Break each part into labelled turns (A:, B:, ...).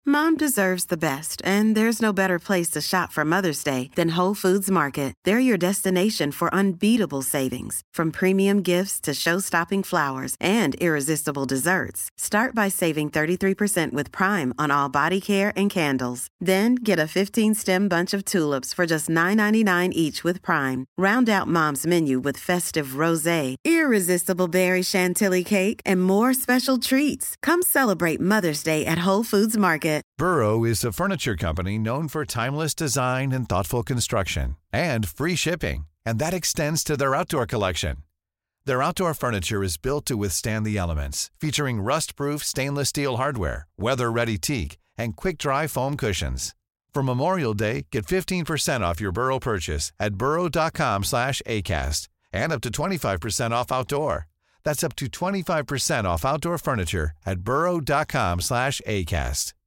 A: Mom deserves the best, and there's no better place to shop for Mother's Day than Whole Foods Market. They're your destination for unbeatable savings, from premium gifts to show-stopping flowers and irresistible desserts. Start by saving 33% with Prime on all body care and candles. Then get a 15-stem bunch of tulips for just $9.99 each with Prime. Round out Mom's menu with festive rosé, irresistible berry chantilly cake, and more special treats. Come celebrate Mother's Day at Whole Foods Market.
B: Burrow is a furniture company known for timeless design and thoughtful construction, and free shipping, and that extends to their outdoor collection. Their outdoor furniture is built to withstand the elements, featuring rust-proof stainless steel hardware, weather-ready teak, and quick-dry foam cushions. For Memorial Day, get 15% off your Burrow purchase at burrow.com/acast, and up to 25% off outdoor. That's up to 25% off outdoor furniture at burrow.com/acast.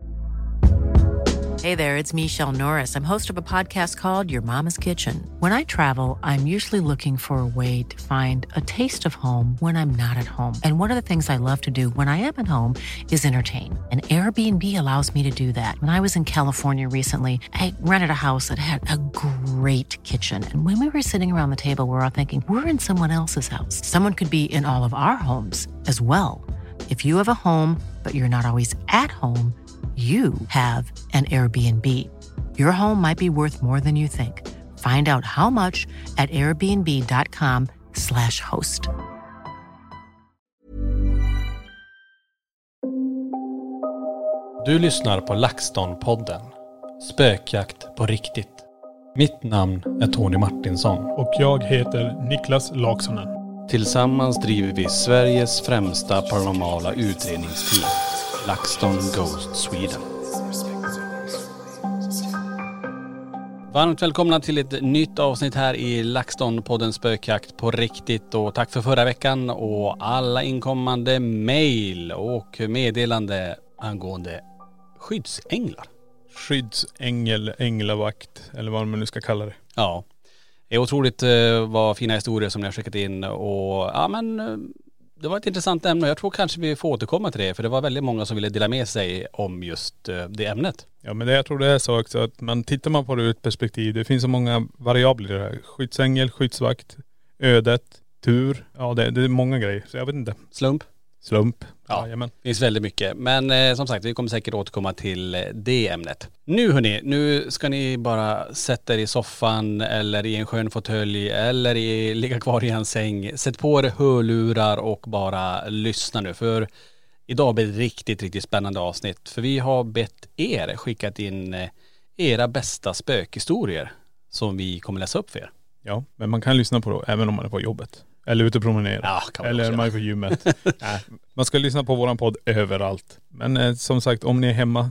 C: Hey there, it's Michelle Norris. I'm host of a podcast called Your Mama's Kitchen. When I travel, I'm usually looking for a way to find a taste of home when I'm not at home. And one of the things I love to do when I am at home is entertain. And Airbnb allows me to do that. When I was in California recently, I rented a house that had a great kitchen. And when we were sitting around the table, we were all thinking, we're in someone else's house. Someone could be in all of our homes as well. If you have a home, but you're not always at home, you have an Airbnb. Your home might be worth more than you think. Find out how much at airbnb.com/host.
D: Du lyssnar på LaxTon-podden. Spökjakt på riktigt. Mitt namn är Tony Martinsson.
E: Och jag heter Niklas Laksonen.
D: Tillsammans driver vi Sveriges främsta paranormala utredningsteam. LaxTon Ghost Sweden. Varmt välkomna till ett nytt avsnitt här i LaxTon-podden Spökjakt på riktigt. Och tack för förra veckan och alla inkommande mejl och meddelande angående skyddsänglar.
E: Skyddsängel, änglavakt eller vad man nu ska kalla det.
D: Ja, det är otroligt vad fina historier som ni har skickat in och ja men det var ett intressant ämne. Jag tror kanske vi får återkomma till det, för det var väldigt många som ville dela med sig om just det ämnet.
E: Ja, men jag tror det är så också att tittar man på det ur ett perspektiv, det finns så många variabler i det här. Skyddsängel, skyddsvakt, ödet, tur, ja det är många grejer. Så jag vet inte.
D: Slump.
E: Ja,
D: det finns väldigt mycket. Men som sagt, vi kommer säkert återkomma till det ämnet. Nu hörni, nu ska ni bara sätta er i soffan eller i en skön fåtölj eller ligga kvar i en säng. Sätt på er hörlurar och bara lyssna nu. För idag blir det riktigt, riktigt spännande avsnitt. För vi har bett er skickat in era bästa spökhistorier som vi kommer läsa upp för er.
E: Ja, men man kan lyssna på det även om man är på jobbet. Eller ute och promenera.
D: Ja,
E: eller man är på gymmet. Nej, man ska lyssna på våran podd överallt. Men som sagt, om ni är hemma,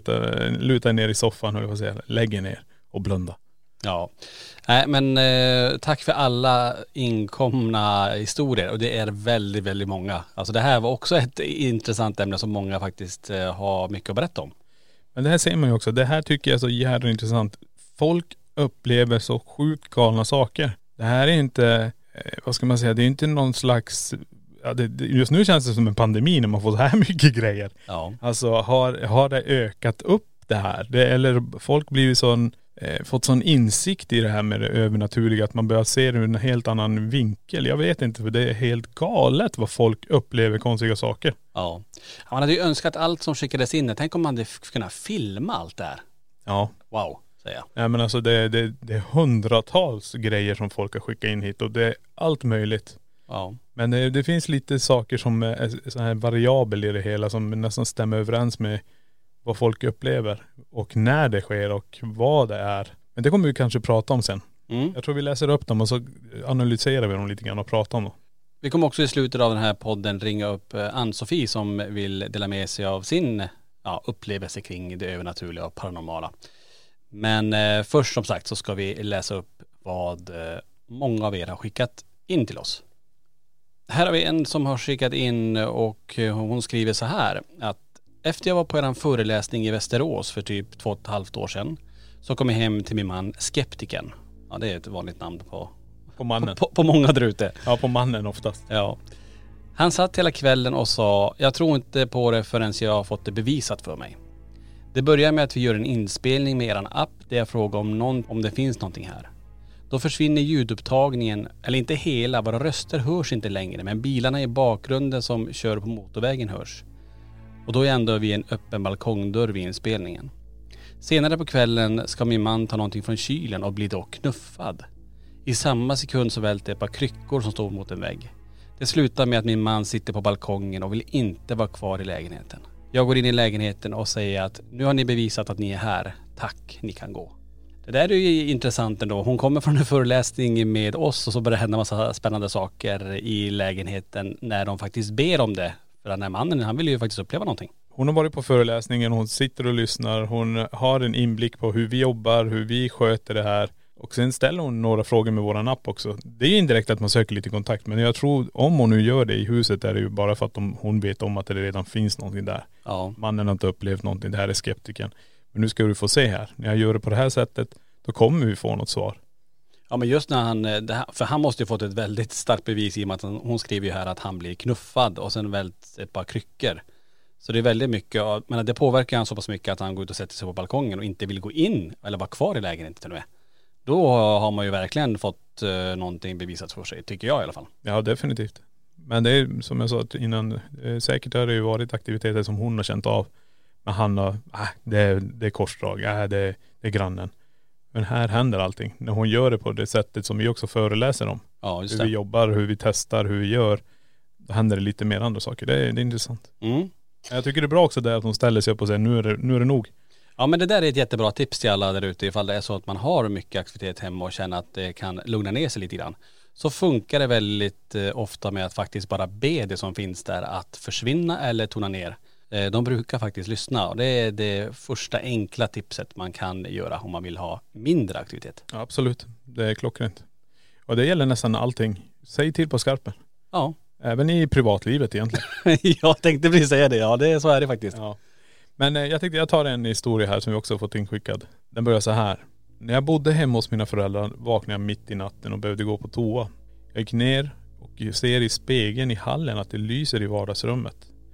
E: luta ner i soffan, eller vad säger jag, lägg er ner och blunda.
D: Ja, nej men tack för alla inkomna historier. Och det är väldigt, väldigt många. Alltså det här var också ett intressant ämne som många faktiskt har mycket att berätta om.
E: Men det här ser man ju också. Det här tycker jag är så jävla intressant. Folk upplever så sjukt galna saker. Det här är inte... vad ska man säga, det är inte någon slags, ja, just nu känns det som en pandemi när man får så här mycket grejer.
D: Ja.
E: Alltså har det ökat upp det här? Eller folk blir ju fått sån insikt i det här med det övernaturliga att man börjar se det ur en helt annan vinkel. Jag vet inte, för det är helt galet vad folk upplever konstiga saker.
D: Ja. Man hade ju önskat allt som skickades in. Tänk om man hade kunnat filma allt där.
E: Ja.
D: Wow.
E: Ja, men alltså det är hundratals grejer som folk har skickat in hit och det är allt möjligt.
D: Ja.
E: Men det finns lite saker som är så här variabel i det hela som nästan stämmer överens med vad folk upplever och när det sker och vad det är. Men det kommer vi kanske prata om sen. Jag tror vi läser upp dem och så analyserar vi dem lite grann och pratar om dem.
D: Vi kommer också i slutet av den här podden ringa upp Ann-Sofie som vill dela med sig av sin upplevelse kring det övernaturliga och paranormala. Men först som sagt så ska vi läsa upp vad många av er har skickat in till oss. Här har vi en som har skickat in och hon skriver så här att efter jag var på en föreläsning i Västerås för typ 2,5 år sedan så kom jag hem till min man Skeptiken. Ja, det är ett vanligt namn på
E: mannen.
D: På många där ute.
E: Ja, på mannen oftast.
D: Ja. Han satt hela kvällen och sa jag tror inte på det förrän jag har fått det bevisat för mig. Det börjar med att vi gör en inspelning med eran app där jag frågar om det finns någonting här. Då försvinner ljudupptagningen, eller inte hela, våra röster hörs inte längre, men bilarna i bakgrunden som kör på motorvägen hörs. Och då är ändå vid en öppen balkongdörr vid inspelningen. Senare på kvällen ska min man ta någonting från kylen och bli då knuffad. I samma sekund så välter ett par kryckor som står mot en vägg. Det slutar med att min man sitter på balkongen och vill inte vara kvar i lägenheten. Jag går in i lägenheten och säger att nu har ni bevisat att ni är här. Tack, ni kan gå. Det där är ju intressant ändå. Hon kommer från en föreläsning med oss och så börjar det hända en massa spännande saker i lägenheten när de faktiskt ber om det. För den här mannen, han vill ju faktiskt uppleva någonting.
E: Hon har varit på föreläsningen, hon sitter och lyssnar, hon har en inblick på hur vi jobbar, hur vi sköter det här. Och sen ställer hon några frågor med våran app också. Det är indirekt att man söker lite kontakt, men jag tror om hon nu gör det i huset är det ju bara för att hon vet om att det redan finns någonting där. Ja. Mannen har inte upplevt någonting, det här är skeptiken. Men nu ska du få se här, när jag gör det på det här sättet, då kommer vi få något svar.
D: Ja, men just när för han måste ju fått ett väldigt starkt bevis i och med att hon skriver ju här att han blir knuffad och sen vält ett par kryckor. Så det är väldigt mycket, men det påverkar han så pass mycket att han går ut och sätter sig på balkongen och inte vill gå in eller vara kvar i lägenheten nu. Då har man ju verkligen fått någonting bevisat för sig, tycker jag i alla fall. Ja,
E: definitivt. Men det är som jag sa innan, säkert har det ju varit aktiviteter som hon har känt av. Men han har, det är korsdrag, det är grannen. Men här händer allting. När hon gör det på det sättet som vi också föreläser om. Ja, just det. Hur vi jobbar, hur vi testar, hur vi gör. Då händer det lite mer andra saker. Det är intressant. Mm. Jag tycker det är bra också där att hon ställer sig upp och säger nu är det nog.
D: Ja, men det där är ett jättebra tips till alla där ute ifall det är så att man har mycket aktivitet hemma och känner att det kan lugna ner sig lite grann. Så funkar det väldigt ofta med att faktiskt bara be det som finns där att försvinna eller tona ner. De brukar faktiskt lyssna och det är det första enkla tipset man kan göra om man vill ha mindre aktivitet.
E: Ja, absolut, det är klockrent. Och det gäller nästan allting. Säg till på skarpen.
D: Ja.
E: Även i privatlivet egentligen.
D: Jag tänkte precis säga det, ja så är det faktiskt.
E: Ja. Men jag tar en historia här som vi också har fått inskickad. Den börjar så här. När jag bodde hemma hos mina föräldrar vaknade jag mitt i natten och behövde gå på toa. Jag gick ner och ser i spegeln i hallen att det lyser i vardagsrummet.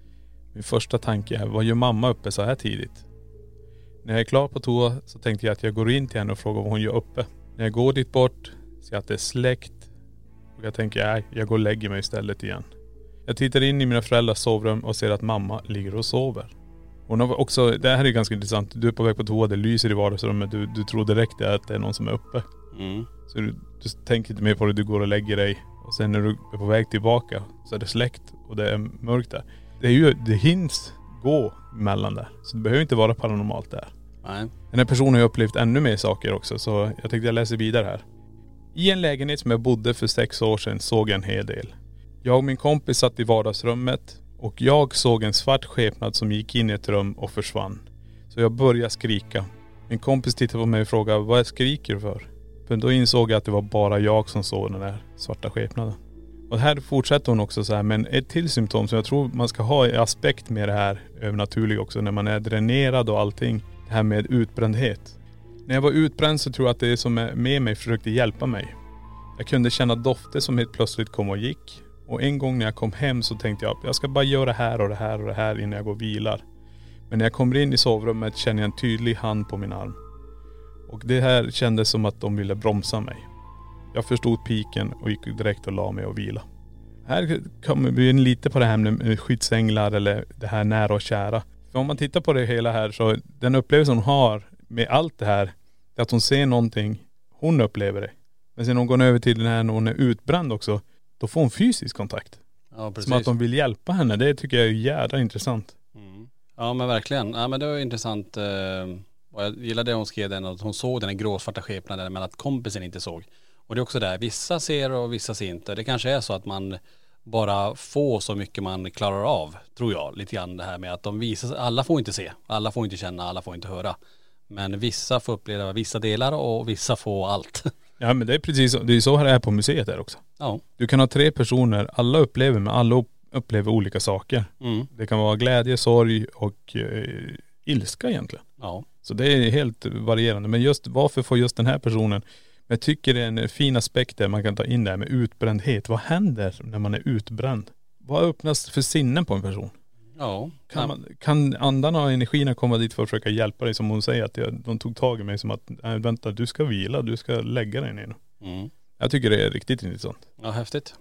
E: Min första tanke är, vad gör mamma uppe så här tidigt? När jag är klar på toa så tänkte jag att jag går in till henne och frågar vad hon gör uppe. När jag går dit bort ser jag att det är släckt. Och jag tänker, jag går och lägger mig istället igen. Jag tittar in i mina föräldrars sovrum och ser att mamma ligger och sover. Hon har också, det här är ganska intressant. Du är på väg på toa, det lyser i vardagsrummet. Du tror direkt att det är någon som är uppe. Mm. Så du tänker inte mer på det, du går och lägger dig. Och sen när du är på väg tillbaka så är det släckt och det är mörkt där. Det hinns gå mellan där. Så det behöver inte vara paranormalt där. Nej. Den här personen har ju upplevt ännu mer saker också. Så jag tänkte jag läser vidare här. I en lägenhet som jag bodde för 6 år sedan såg jag en hel del. Jag och min kompis satt i vardagsrummet. Och jag såg en svart skepnad som gick in i ett rum och försvann. Så jag började skrika. Min kompis tittade på mig och frågade, vad skriker du för? För då insåg jag att det var bara jag som såg den där svarta skepnaden. Och här fortsätter hon också så här, men ett till symptom som jag tror man ska ha i aspekt med det här övernaturliga också, när man är dränerad och allting. Det här med utbrändhet. När jag var utbränd så tror jag att det som är med mig försökte hjälpa mig. Jag kunde känna dofter som helt plötsligt kom och gick. Och en gång när jag kom hem så tänkte jag ska bara göra det här och det här och det här innan jag går och vilar. Men när jag kommer in i sovrummet känner jag en tydlig hand på min arm. Och det här kändes som att de ville bromsa mig. Jag förstod piken och gick direkt och la mig och vila. Här kommer vi in lite på det här med skyddsänglar eller det här nära och kära. För om man tittar på det hela här så den upplevelsen hon har med allt det här är att hon ser någonting, hon upplever det. Men sen hon går över till den här när hon är utbränd också, då får hon fysisk kontakt. Ja, precis. Som att de vill hjälpa henne. Det tycker jag är jävla intressant.
D: Mm. Ja, men verkligen. Ja, men det var intressant. Och jag gillade det hon skrev den, att hon såg den här gråsvarta skepnaden men att kompisen inte såg. Och det är också där, vissa ser och vissa ser inte. Det kanske är så att man bara får så mycket man klarar av, tror jag. Lite grann det här med att de visar, alla får inte se, alla får inte känna, alla får inte höra. Men vissa får uppleva vissa delar och vissa får allt.
E: Ja, men det är precis så. Det är så här det är på museet där också. Ja. Du kan ha 3 personer, alla upplever, men alla upplever olika saker. Mm. Det kan vara glädje, sorg och ilska egentligen. Ja. Så det är helt varierande. Men just varför får just den här personen, jag tycker det är en fin aspekt där man kan ta in det här med utbrändhet. Vad händer när man är utbränd? Vad öppnas för sinnen på en person?
D: Ja.
E: Kan andarna och energierna komma dit för att försöka hjälpa dig, som hon säger, att de tog tag i mig som att vänta, du ska vila, du ska lägga dig ner. Jag tycker det är riktigt intressant.
D: Ja, häftigt.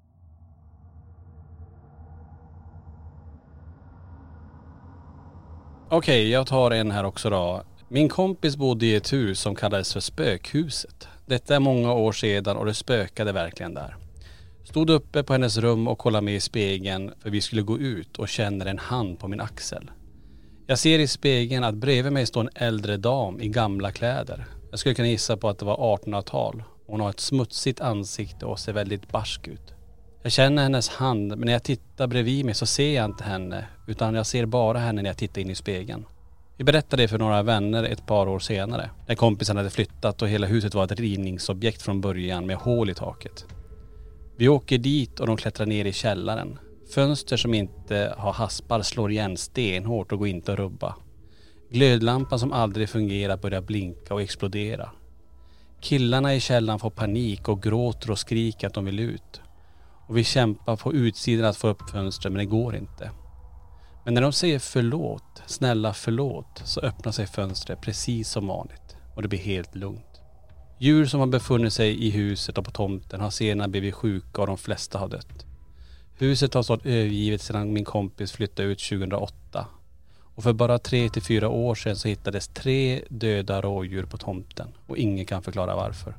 D: Okej, jag tar en här också då. Min kompis bodde i ett hus som kallades för Spökhuset. Detta är många år sedan och det spökade verkligen där. Stod uppe på hennes rum och kollade mig i spegeln för vi skulle gå ut och känner en hand på min axel. Jag ser i spegeln att bredvid mig står en äldre dam i gamla kläder. Jag skulle kunna gissa på att det var 1800-tal. Hon har ett smutsigt ansikte och ser väldigt barsk ut. Jag känner hennes hand, men när jag tittar bredvid mig så ser jag inte henne, utan jag ser bara henne när jag tittar in i spegeln. Vi berättade det för några vänner ett par år senare, när kompisen hade flyttat och hela huset var ett rivningsobjekt från början med hål i taket. Vi åker dit och de klättrar ner i källaren. Fönster som inte har haspar slår igen stenhårt och går inte att rubba. Glödlampan som aldrig fungerar börjar blinka och explodera. Killarna i källaren får panik och gråter och skriker att de vill ut. Och vi kämpar på utsidan att få upp fönstret, men det går inte. Men när de säger förlåt, snälla förlåt, så öppnar sig fönstret precis som vanligt. Och det blir helt lugnt. Djur som har befunnit sig i huset och på tomten har senare blivit sjuka och de flesta har dött. Huset har stått övergivet sedan min kompis flyttade ut 2008. Och för bara 3-4 år sedan så hittades 3 döda rådjur på tomten. Och ingen kan förklara varför.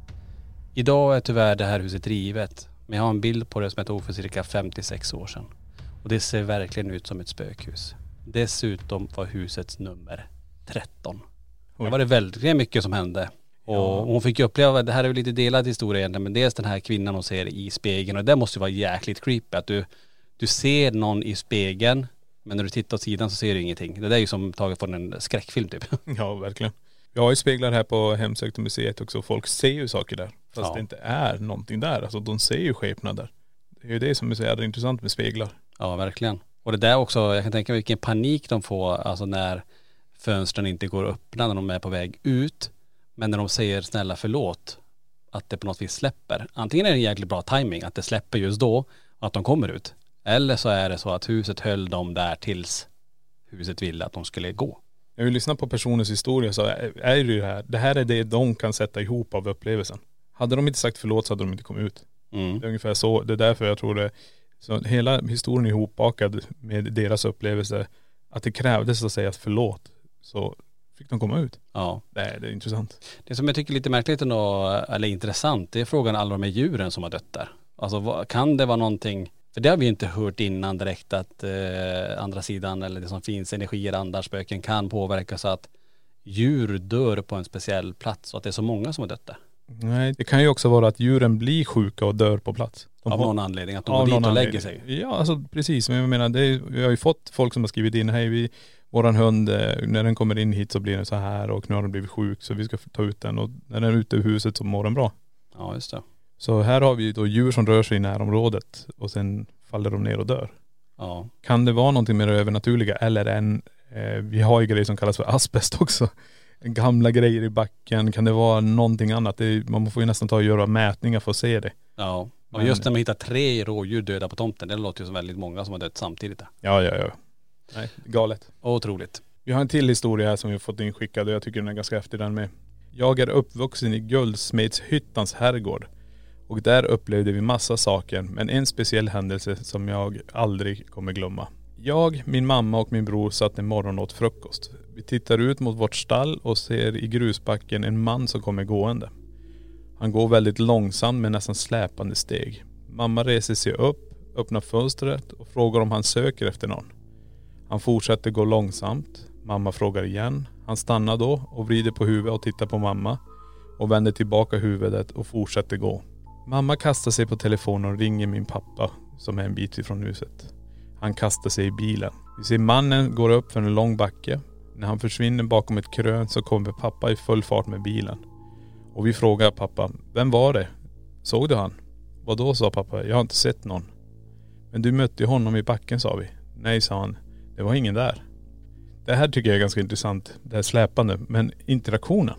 D: Idag är tyvärr det här huset rivet. Men jag har en bild på det som jag tog för cirka 56 år sedan. Och det ser verkligen ut som ett spökhus. Dessutom var husets nummer 13. Det var det väldigt mycket som hände. Och hon fick ju uppleva, det här är ju lite delad historia egentligen, men dels den här kvinnan hon ser i spegeln. Och det måste ju vara jäkligt creepy att du ser någon i spegeln, men när du tittar åt sidan så ser du ingenting. Det där är ju som taget från en skräckfilm typ.
E: Ja, verkligen. Jag har ju speglar här på Hemsökta museet också. Folk ser ju saker där. Fast det inte är någonting där. Alltså de ser ju skepnader. Det är ju det som är så jävla intressant med speglar.
D: Ja, verkligen. Och det där också, jag kan tänka mig vilken panik de får, alltså när fönstren inte går att öppna när de är på väg ut. Men när de säger snälla förlåt, att det på något vis släpper. Antingen är det en jäkligt bra timing att det släpper just då och att de kommer ut. Eller så är det så att huset höll dem där tills huset ville att de skulle gå.
E: Jag vill lyssna på personens historia, så är det här är det de kan sätta ihop av upplevelsen. Hade de inte sagt förlåt så hade de inte kommit ut. Det är ungefär så. Det är därför jag tror det. Så hela historien är ihopbakad med deras upplevelse. Att det krävdes att säga förlåt, så fick de komma ut.
D: Ja.
E: Det är intressant.
D: Det som jag tycker är lite märkligt eller intressant, det är frågan alla de här djuren som har dött där. Alltså kan det vara någonting, för det har vi inte hört innan direkt, att andra sidan eller det som finns energier, andar, spöken kan påverka så att djur dör på en speciell plats och att det är så många som har dött där.
E: Nej, det kan ju också vara att djuren blir sjuka och dör på plats.
D: Av någon anledning, att de går dit och lägger sig.
E: Ja, alltså precis. Men jag menar, vi har ju fått folk som har skrivit in, hej våran hund, när den kommer in hit så blir den så här och nu har den blivit sjuk så vi ska ta ut den, och när den är ute ur huset så mår den bra.
D: Ja, just det.
E: Så här har vi då djur som rör sig i närområdet och sen faller de ner och dör.
D: Ja.
E: Kan det vara någonting med det övernaturliga eller vi har ju grejer som kallas för asbest också. Gamla grejer i backen, kan det vara någonting annat? Man får ju nästan ta och göra mätningar för att se det.
D: Ja, och just när man hittar 3 rådjur döda på tomten, det låter ju som väldigt många som har dött samtidigt.
E: Ja. Nej, galet.
D: Otroligt.
E: Vi har en till historia här som vi har fått inskickad och jag tycker den är ganska häftig den med. Jag är uppvuxen i Guldsmedshyttans herrgård och där upplevde vi massa saker, men en speciell händelse som jag aldrig kommer glömma. Jag, min mamma och min bror satt en morgon och åt frukost. Vi tittar ut mot vårt stall och ser i grusbacken en man som kommer gående. Han går väldigt långsamt med nästan släpande steg. Mamma reser sig upp, öppnar fönstret och frågar om han söker efter någon. Han fortsätter gå långsamt. Mamma frågar igen. Han stannar då och vrider på huvudet och tittar på mamma och vänder tillbaka huvudet och fortsätter gå. Mamma kastar sig på telefonen och ringer min pappa som är en bit ifrån huset. Han kastar sig i bilen. Vi ser mannen går upp för en lång backe. När han försvinner bakom ett krön så kommer pappa i full fart med bilen. Och vi frågar pappa, vem var det? Såg du han? Vadå, sa pappa, jag har inte sett någon. Men du mötte honom i backen, sa vi. Nej, sa han, det var ingen där. Det här tycker jag är ganska intressant, det här släpande, men interaktionen.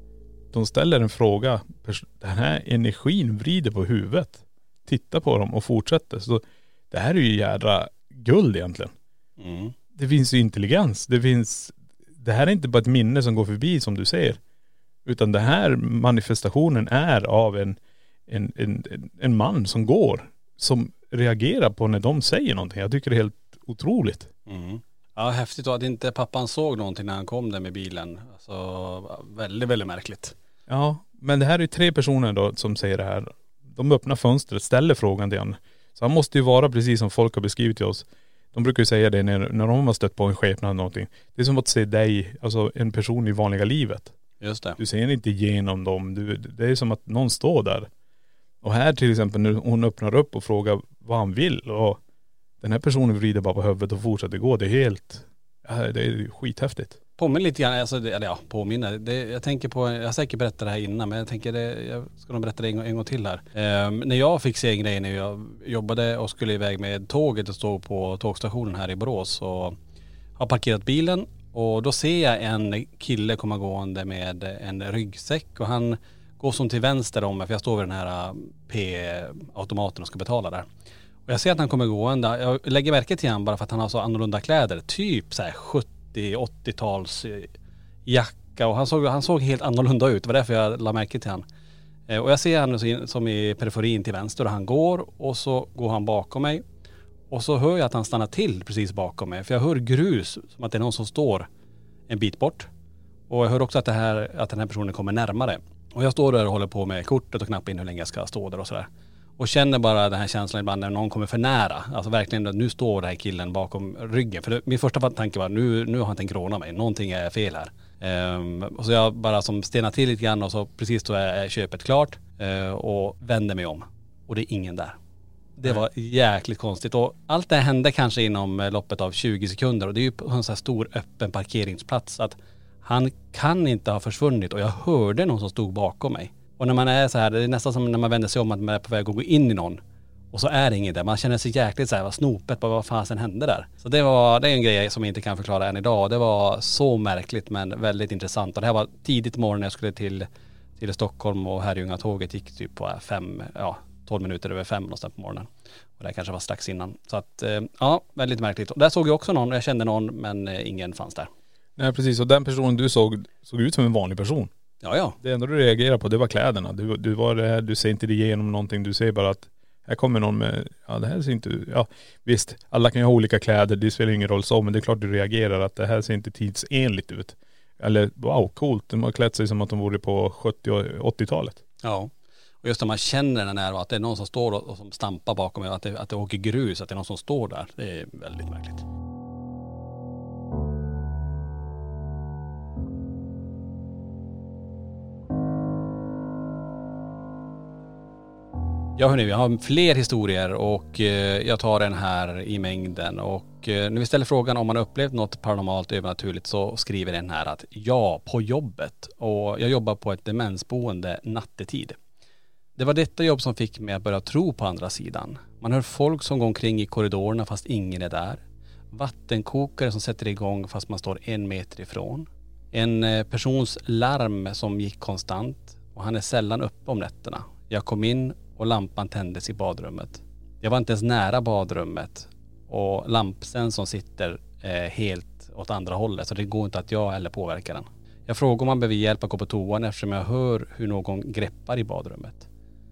E: De ställer en fråga, den här energin vrider på huvudet. Tittar på dem och fortsätter. Så det här är ju jädra guld egentligen. Det finns ju intelligens. Det här är inte bara ett minne som går förbi som du ser. Utan det här manifestationen är av en man som går. Som reagerar på när de säger någonting. Jag tycker det är helt otroligt.
D: Ja, häftigt då att inte pappan såg någonting när han kom där med bilen. Alltså väldigt, väldigt märkligt.
E: Ja, men det här är 3 personer då som säger det här. De öppnar fönstret, ställer frågan till han. Så han måste ju vara precis som folk har beskrivit till oss. De brukar ju säga det när de har stött på en skepnad eller någonting. Det är som att se dig, alltså en person i vanliga livet.
D: Just det.
E: Du ser inte igenom dem. Det är som att någon står där. Och här till exempel när hon öppnar upp och frågar vad han vill. Och den här personen vrider bara på huvudet och fortsätter gå. Det är skithäftigt.
D: Påminner lite grann, alltså, jag tänker på, jag har säkert berättat det här innan, men jag tänker jag ska nog berätta det en gång till här. När jag fick se en grej när jag jobbade och skulle iväg med tåget och stod på tågstationen här i Borås och har parkerat bilen och då ser jag en kille komma gående med en ryggsäck och han går som till vänster om mig för jag står vid den här P-automaten och ska betala där. Och jag ser att han kommer gående, jag lägger märke till han bara för att han har så annorlunda kläder, typ så här 70-80-tals jacka och han såg helt annorlunda ut. Det var därför jag la märke till han. Och jag ser han som i periferin till vänster och han går och så går han bakom mig. Och så hör jag att han stannar till precis bakom mig. För jag hör grus som att det är någon som står en bit bort. Och jag hör också att den här personen kommer närmare. Och jag står där och håller på med kortet och knappar in hur länge jag ska stå där och sådär. Och känner bara den här känslan ibland när någon kommer för nära. Alltså verkligen, nu står den här killen bakom ryggen. För min första tanke var, nu har han tänkt råna mig. Någonting är fel här. Och så jag bara som stenar till lite grann och så precis då är köpet klart. Och vänder mig om. Och det är ingen där. Det var jäkligt konstigt. Och allt det hände kanske inom loppet av 20 sekunder. Och det är ju på en sån här stor öppen parkeringsplats. Att han kan inte ha försvunnit. Och jag hörde någon som stod bakom mig. Och när man är så här, det är nästan som när man vänder sig om att man är på väg att gå in i någon. Och så är det ingen där. Man känner sig jäkligt så här, vad snopet, vad fan hände där. Så det är en grej som jag inte kan förklara än idag. Det var så märkligt men väldigt intressant. Och det här var tidigt morgon när jag skulle till Stockholm och Herrljunga-tåget gick typ på 12 minuter över 5 någonstans på morgonen. Och det kanske var strax innan. Så att, väldigt märkligt. Och där såg jag också någon, jag kände någon men ingen fanns där.
E: Nej precis, och den personen du såg ut som en vanlig person.
D: Ja.
E: Det enda du reagerar på det var kläderna. Du var det här, du ser inte igenom någonting. Du ser bara att här kommer någon med, det här ser inte, visst, alla kan ju ha olika kläder, det spelar ingen roll så, men det är klart du reagerar att det här ser inte tidsenligt ut. Eller wow, coolt, de har klätt sig som att de vore på 70- och 80-talet.
D: Ja, och just när man känner den här, att det är någon som står och som stampar bakom mig, att det åker grus, att det är någon som står där, det är väldigt märkligt. Ja hörni, vi har fler historier och jag tar den här i mängden och när vi ställer frågan om man har upplevt något paranormalt övernaturligt så skriver den här att ja, på jobbet och jag jobbar på ett demensboende nattetid. Det var detta jobb som fick mig att börja tro på andra sidan. Man hör folk som går omkring i korridorerna fast ingen är där. Vattenkokare som sätter igång fast man står 1 meter ifrån. En persons larm som gick konstant och han är sällan uppe om nätterna. Jag kom in och lampan tändes i badrummet. Jag var inte ens nära badrummet och lampsensorn sitter helt åt andra hållet så det går inte att jag eller påverka den. Jag frågar om man behöver hjälp att gå på toan eftersom jag hör hur någon greppar i badrummet.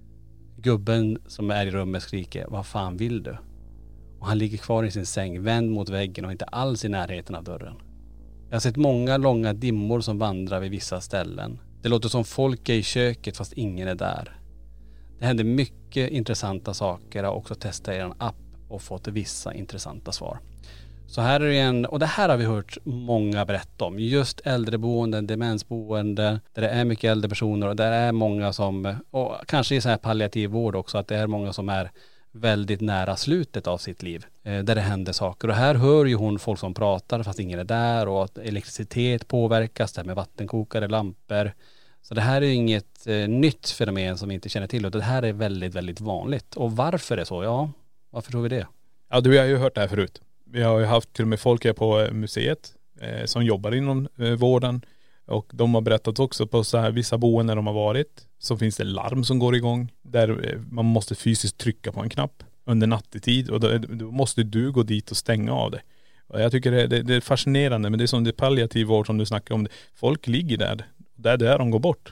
D: Gubben som är i rummet skriker, vad fan vill du? Och han ligger kvar i sin säng, vänd mot väggen och inte alls i närheten av dörren. Jag har sett många långa dimmor som vandrar vid vissa ställen. Det låter som folk är i köket fast ingen är där. Det händer mycket intressanta saker. Jag har också testat er app och fått vissa intressanta svar. Så här är det och det här har vi hört många berätta om. Just äldreboenden, demensboenden, där det är mycket äldre personer och där är många som, och kanske i så här palliativ vård också, att det är många som är väldigt nära slutet av sitt liv. Där det händer saker. Och här hör ju hon folk som pratar fast ingen är där och att elektricitet påverkas, det här med vattenkokare, lampor. Så det här är inget nytt fenomen som vi inte känner till och det här är väldigt, väldigt vanligt. Och varför är det så? Ja, varför tror vi det?
E: Ja, du har ju hört det här förut. Vi har ju haft till och med folk här på museet som jobbar inom vården och de har berättat också på så här vissa boenden de har varit så finns det larm som går igång där man måste fysiskt trycka på en knapp under nattetid och då måste du gå dit och stänga av det. Och jag tycker det är fascinerande, men det är som det palliativ vård som du snackar om. Folk ligger där. Det är där de går bort.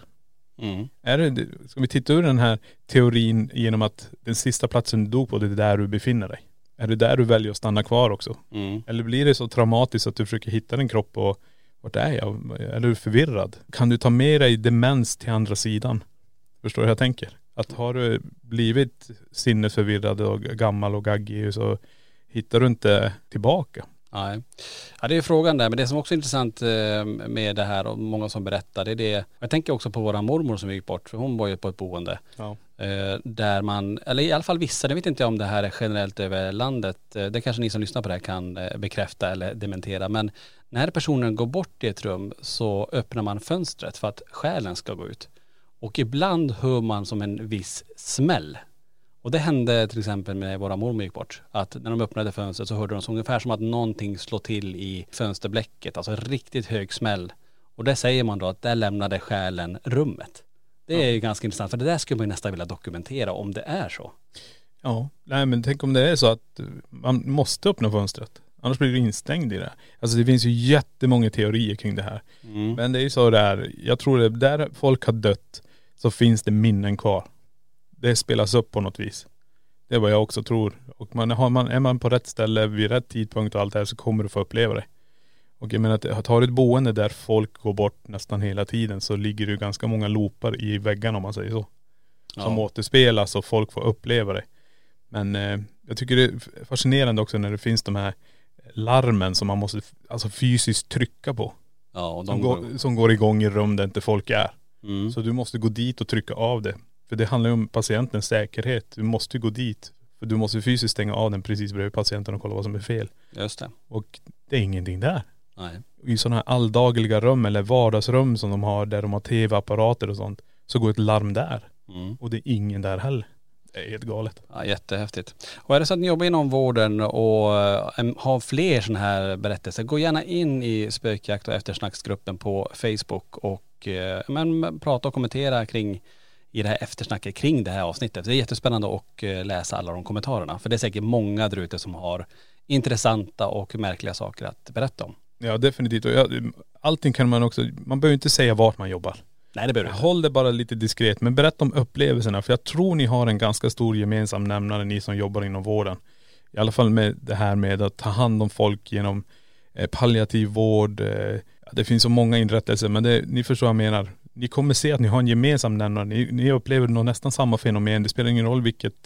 E: Ska vi titta ur den här teorin genom att den sista platsen du dog på, det är där du befinner dig? Är det där du väljer att stanna kvar också? Eller blir det så traumatiskt att du försöker hitta din kropp och vart är jag? Är du förvirrad? Kan du ta med dig demens till andra sidan? Förstår du hur jag tänker? Att har du blivit sinnesförvirrad och gammal och gaggig så hittar du inte tillbaka.
D: Nej. Ja, det är frågan där. Men det som också är intressant med det här och många som berättar, det är det. Jag tänker också på våra mormor som gick bort, för hon var ju på ett boende.
E: Ja.
D: Där man, eller i alla fall vissa, det vet inte jag om det här är generellt över landet. Det kanske ni som lyssnar på det här kan bekräfta eller dementera. Men när personen går bort i ett rum så öppnar man fönstret för att själen ska gå ut. Och ibland hör man som en viss smäll. Och det hände till exempel med våra mormor gick bort. Att när de öppnade fönstret så hörde de så ungefär som att någonting slår till i fönsterblecket. Alltså riktigt hög smäll. Och det säger man då att där lämnade själen rummet. Det är ju ganska intressant, för det där skulle man nästan vilja dokumentera om det är så.
E: Ja, nej men tänk om det är så att man måste öppna fönstret. Annars blir du instängd i det. Alltså det finns ju jättemånga teorier kring det här. Men det är ju så där, jag tror det där folk har dött så finns det minnen kvar. Det spelas upp på något vis. Det är vad jag också tror. Och är man på rätt ställe vid rätt tidpunkt och allt det här så kommer du få uppleva det. Och jag menar att har du ett boende där folk går bort nästan hela tiden så ligger det ju ganska många loopar i väggarna om man säger så. Som återspelas och folk får uppleva det. Men jag tycker det är fascinerande också när det finns de här larmen som man måste alltså fysiskt trycka på. Ja, och som går igång i rum där inte folk är. Så du måste gå dit och trycka av det. För det handlar ju om patientens säkerhet. Du måste gå dit. För du måste fysiskt stänga av den precis bredvid patienten och kolla vad som är fel.
D: Just det.
E: Och det är ingenting där.
D: Nej.
E: I sådana här alldagliga rum eller vardagsrum som de har där de har tv-apparater och sånt, så går ett larm där. Och det är ingen där heller. Det är helt galet.
D: Ja, jättehäftigt. Och är det så att ni jobbar inom vården och har fler sådana här berättelser, gå gärna in i Spökjakt och eftersnacksgruppen på Facebook och prata och kommentera kring i det här eftersnacket kring det här avsnittet. Det är jättespännande att läsa alla de kommentarerna. För det är säkert många där ute som har intressanta och märkliga saker att berätta om.
E: Ja, definitivt. Och allting kan man också, man behöver inte säga vart man jobbar.
D: Nej, det behöver inte.
E: Håll det bara lite diskret, men berätta om upplevelserna. För jag tror ni har en ganska stor gemensam nämnare, ni som jobbar inom vården. I alla fall med det här med att ta hand om folk genom palliativ vård. Det finns så många inrättelser, men ni förstår vad jag menar. Ni kommer se att ni har en gemensam nämnare. Ni upplever nog nästan samma fenomen. Det spelar ingen roll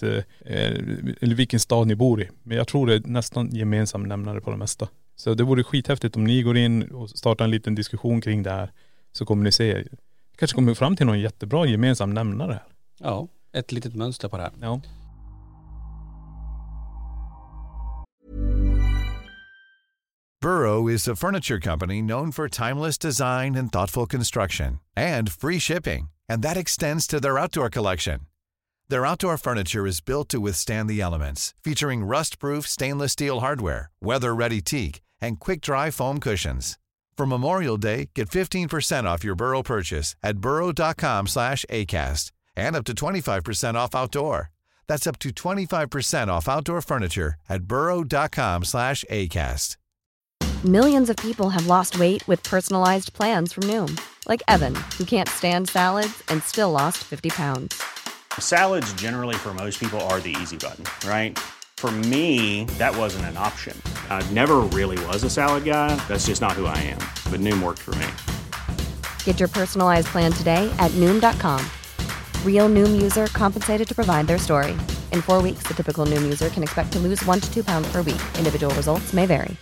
E: vilken stad ni bor i. Men jag tror det är nästan gemensam nämnare på det mesta. Så det vore skithäftigt om ni går in och startar en liten diskussion kring det här. Så kommer ni se, kanske kommer fram till någon jättebra gemensam nämnare här.
D: Ja, ett litet mönster på det här.
E: Ja.
B: Burrow is a furniture company known for timeless design and thoughtful construction, and free shipping, and that extends to their outdoor collection. Their outdoor furniture is built to withstand the elements, featuring rust-proof stainless steel hardware, weather-ready teak, and quick-dry foam cushions. For Memorial Day, get 15% off your Burrow purchase at burrow.com/acast, and up to 25% off outdoor. That's up to 25% off outdoor furniture at burrow.com/acast.
F: Millions of people have lost weight with personalized plans from Noom. Like Evan, who can't stand salads and still lost 50 pounds.
G: Salads generally for most people are the easy button, right? For me, that wasn't an option. I never really was a salad guy. That's just not who I am. But Noom worked for me.
F: Get your personalized plan today at Noom.com. Real Noom user compensated to provide their story. In 4 weeks, the typical Noom user can expect to lose 1 to 2 pounds per week. Individual results may vary.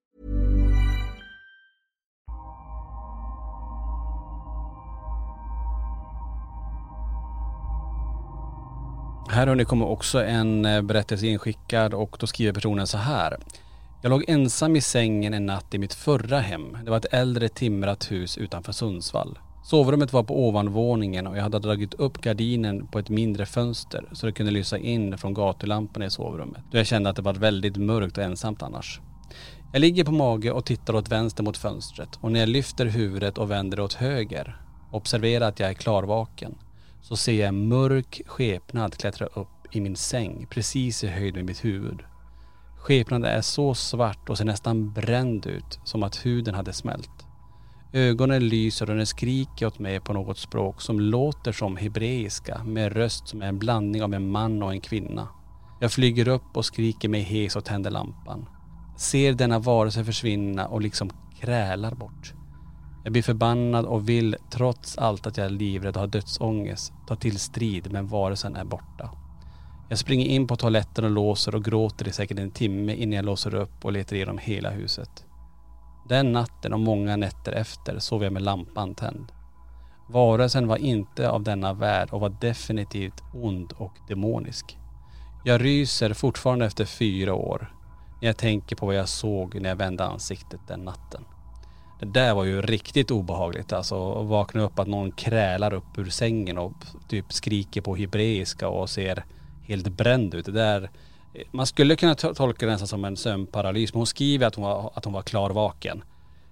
D: Här hörni kommer också en berättelse inskickad och då skriver personen så här. Jag låg ensam i sängen en natt i mitt förra hem. Det var ett äldre timrat hus utanför Sundsvall. Sovrummet var på ovanvåningen och jag hade dragit upp gardinen på ett mindre fönster så det kunde lysa in från gatulamporna i sovrummet. Då jag kände att det var väldigt mörkt och ensamt annars. Jag ligger på mage och tittar åt vänster mot fönstret och när jag lyfter huvudet och vänder åt höger, observerar att jag är klarvaken, så ser jag en mörk skepnad klättra upp i min säng precis i höjd med mitt huvud. Skepnaden är så svart och ser nästan bränd ut, som att huden hade smält. Ögonen lyser och den skriker åt mig på något språk som låter som hebreiska, med röst som är en blandning av en man och en kvinna. Jag flyger upp och skriker mig hes och tänder lampan. Ser denna varelse försvinna och liksom krälar bort. Jag blir förbannad och vill, trots allt att jag är livrädd och har dödsångest, ta till strid, men varelsen är borta. Jag springer in på toaletten och låser och gråter i säkert en timme innan jag låser upp och letar igenom hela huset. Den natten och många nätter efter sov jag med lampan tänd. Varelsen var inte av denna värld och var definitivt ond och demonisk. Jag ryser fortfarande efter 4 år när jag tänker på vad jag såg när jag vände ansiktet den natten. Det där var ju riktigt obehagligt, alltså att vakna upp att någon krälar upp ur sängen och typ skriker på hebreiska och ser helt bränd ut. Det där, man skulle kunna tolka det nästan som en sömnparalys, men hon skriver att hon var klarvaken.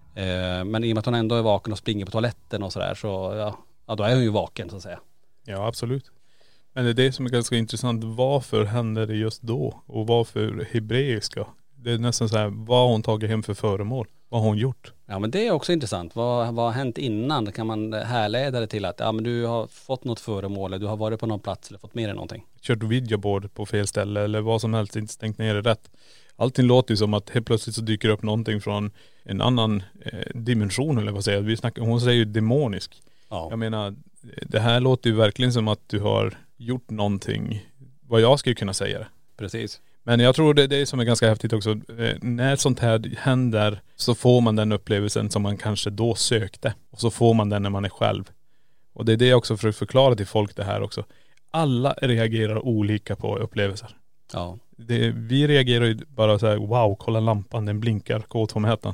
D: Men i och med att hon ändå är vaken och springer på toaletten och sådär, så ja, då är hon ju vaken så att säga.
E: Ja, absolut. Men det är det som är ganska intressant. Varför hände det just då? Och varför hebreiska? Det är nästan så här, vad har hon tagit hem för föremål? Vad har hon gjort?
D: Ja, men det är också intressant. Vad har hänt innan? Kan man härleda det till att men du har fått något föremål, eller du har varit på någon plats eller fått med dig någonting?
E: Kört videoboard på fel ställe eller vad som helst, inte stängt ner det rätt. Allting låter ju som att helt plötsligt så dyker upp någonting från en annan dimension, eller vad säger jag? Hon säger ju demonisk. Ja. Jag menar, det här låter ju verkligen som att du har gjort någonting, vad jag skulle kunna säga det.
D: Precis.
E: Men jag tror det är som är ganska häftigt också. När sånt här händer så får man den upplevelsen som man kanske då sökte. Och så får man den när man är själv. Och det är det också för att förklara till folk det här också. Alla reagerar olika på upplevelser.
D: Ja.
E: Vi reagerar ju bara så här, wow, kolla lampan, den blinkar, K2-mätaren.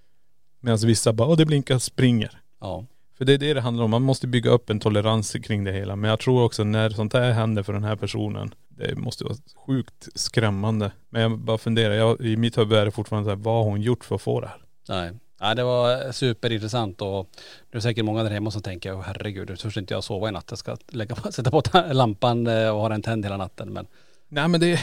E: Medan vissa bara, det blinkar, springer.
D: Ja.
E: För det är det handlar om. Man måste bygga upp en tolerans kring det hela. Men jag tror också när sånt här händer för den här personen, det måste vara sjukt skrämmande. Men jag bara funderar, i mitt huvud är det fortfarande så här, vad har hon gjort för att få det här?
D: Nej, det var superintressant, och det är säkert många där hemma som tänker, herregud, det törs inte jag sova i natt. Jag ska sätta på lampan och ha den tänd hela natten. Men
E: nej, men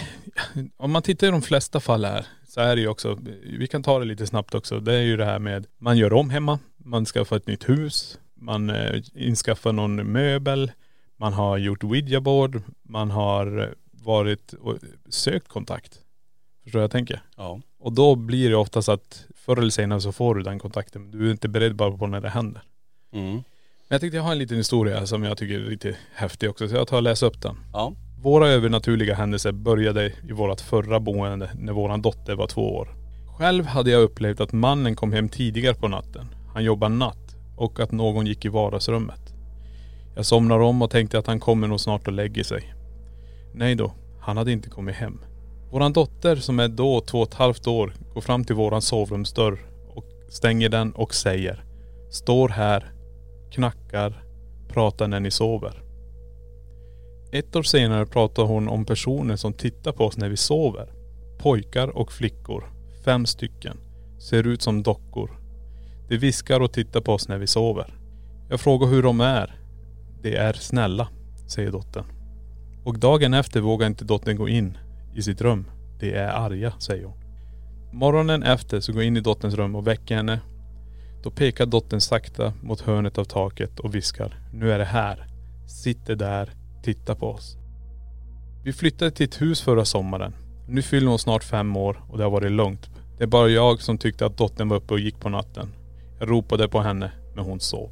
E: om man tittar i de flesta fall här, så är det ju också, vi kan ta det lite snabbt också. Det är ju det här med, man gör om hemma, man skaffar ett nytt hus, man inskaffar någon möbel, man har gjort Ouija-board, man har varit och sökt kontakt. Förstår jag tänker?
D: Ja.
E: Och då blir det oftast att förr eller senare så får du den kontakten. Men du är inte beredd bara på när det händer.
D: Mm.
E: Men jag tänkte jag har en liten historia som jag tycker är lite häftig också. Så jag tar och läser upp den.
D: Ja.
E: Våra övernaturliga händelser började i vårt förra boende när våran dotter var 2 år. Själv hade jag upplevt att mannen kom hem tidigare på natten. Han jobbar natt och att någon gick i vardagsrummet. Jag somnar om och tänkte att han kommer nog snart och lägger sig. Nej då, han hade inte kommit hem. Våran dotter som är då 2,5 år går fram till våran sovrumsdörr och stänger den och säger: står här, knackar, pratar när ni sover. 1 år senare pratar hon om personer som tittar på oss när vi sover. Pojkar och flickor, 5 stycken, ser ut som dockor. De viskar och tittar på oss när vi sover. Jag frågar hur de är. Det är snälla, säger dottern. Och dagen efter vågar inte dottern gå in i sitt rum. Det är arga, säger hon. Morgonen efter så går jag in i dotterns rum och väcker henne. Då pekar dottern sakta mot hörnet av taket och viskar: nu är det här. Sitter där, titta på oss. Vi flyttade till ett hus förra sommaren. Nu fyller hon snart 5 år och det har varit lugnt. Det är bara jag som tyckte att dottern var uppe och gick på natten. Jag ropade på henne, men hon sov.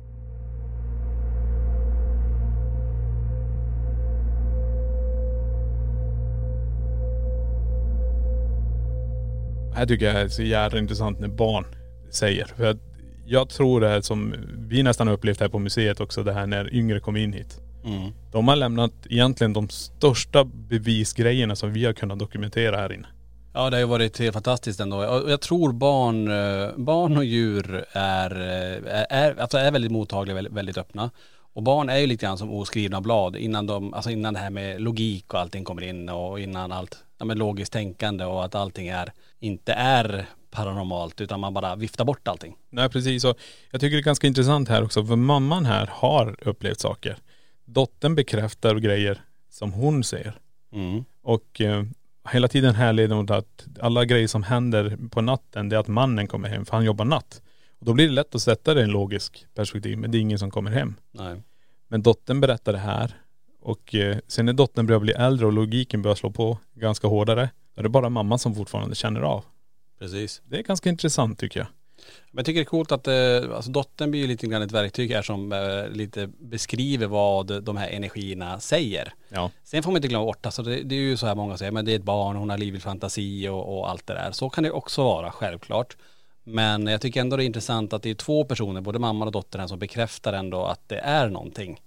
E: Det här tycker jag är så jävla intressant när barn säger. För att jag tror det här som vi nästan har upplevt här på museet också, det här när yngre kom in hit. Mm. De har lämnat egentligen de största bevisgrejerna som vi har kunnat dokumentera här inne.
D: Ja, det har ju varit helt fantastiskt ändå. Jag tror barn och djur är väldigt mottagliga, väldigt öppna. Och barn är ju lite grann som oskrivna blad innan det här med logik och allting kommer in, och innan allt med logiskt tänkande och att allting inte är paranormalt, utan man bara viftar bort allting.
E: Nej, precis. Och jag tycker det är ganska intressant här också, för mamman här har upplevt saker. Dottern bekräftar grejer som hon ser. Mm. Och hela tiden härleder mot att alla grejer som händer på natten, det är att mannen kommer hem för han jobbar natt. Och då blir det lätt att sätta det i en logisk perspektiv, men det är ingen som kommer hem.
D: Nej.
E: Men dottern berättar det här och sen när dottern börjar bli äldre och logiken börjar slå på ganska hårdare, då är det bara mamman som fortfarande känner av.
D: Precis.
E: Det är ganska intressant tycker jag.
D: Men jag tycker det är coolt att alltså dottern blir ju lite grann ett verktyg här som lite beskriver vad de här energierna säger.
E: Ja.
D: Sen får man inte glömma bort, alltså det är ju så här många säger, men det är ett barn, hon har livlig fantasi och allt det där. Så kan det också vara, självklart. Men jag tycker ändå det är intressant att det är 2 personer, både mamman och dottern här, som bekräftar ändå att det är någonting.